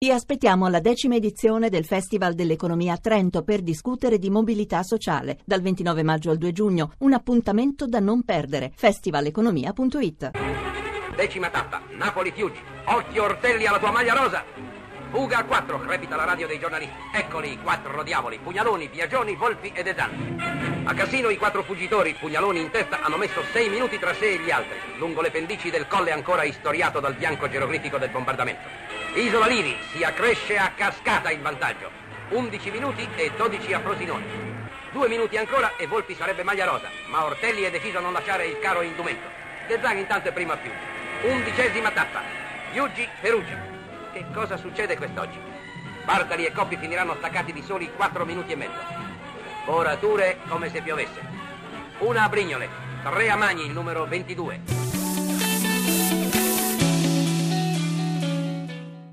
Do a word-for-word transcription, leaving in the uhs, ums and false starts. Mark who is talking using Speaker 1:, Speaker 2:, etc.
Speaker 1: Vi aspettiamo alla decima edizione del Festival dell'Economia a Trento per discutere di mobilità sociale. Dal ventinove maggio al due giugno, un appuntamento da non perdere. festivaleconomia punto it.
Speaker 2: Decima tappa, Napoli-Fiuggi. Occhio Ortelli alla tua maglia rosa. Fuga a quattro, crepita la radio dei giornalisti. Eccoli i quattro diavoli, Pugnaloni, Biagioni, Volpi e De Zan. A Cassino i quattro fuggitori, Pugnaloni in testa, hanno messo sei minuti tra sé e gli altri, lungo le pendici del colle ancora istoriato dal bianco geroglifico del bombardamento. Isola Liri si accresce a cascata il vantaggio. undici minuti e dodici a Frosinone. Due minuti ancora e Volpi sarebbe maglia rosa, ma Ortelli è deciso a non lasciare il caro indumento. De Zan intanto è primo a Fiuggi. Undicesima tappa, Fiuggi-Perugia. Che cosa succede quest'oggi? Bartali e Coppi finiranno staccati di soli quattro minuti e mezzo. Forature come se piovesse. Una a Brignole, tre a Magni, il numero ventidue.